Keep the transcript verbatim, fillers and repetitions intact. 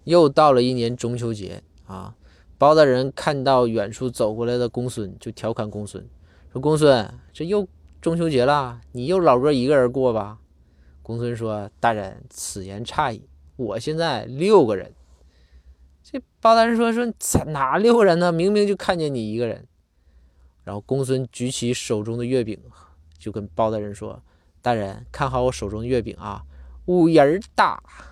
又到了一年中秋节啊，包大人看到远处走过来的公孙，就调侃公孙说：公孙，这又中秋节了，你又老哥一个人过吧？公孙说：大人，此言差矣，我现在六个人。这包大人说：说哪六个人呢？明明就看见你一个人。然后公孙举起手中的月饼，就跟包大人说：大人，看好我手中的月饼啊，五仁大。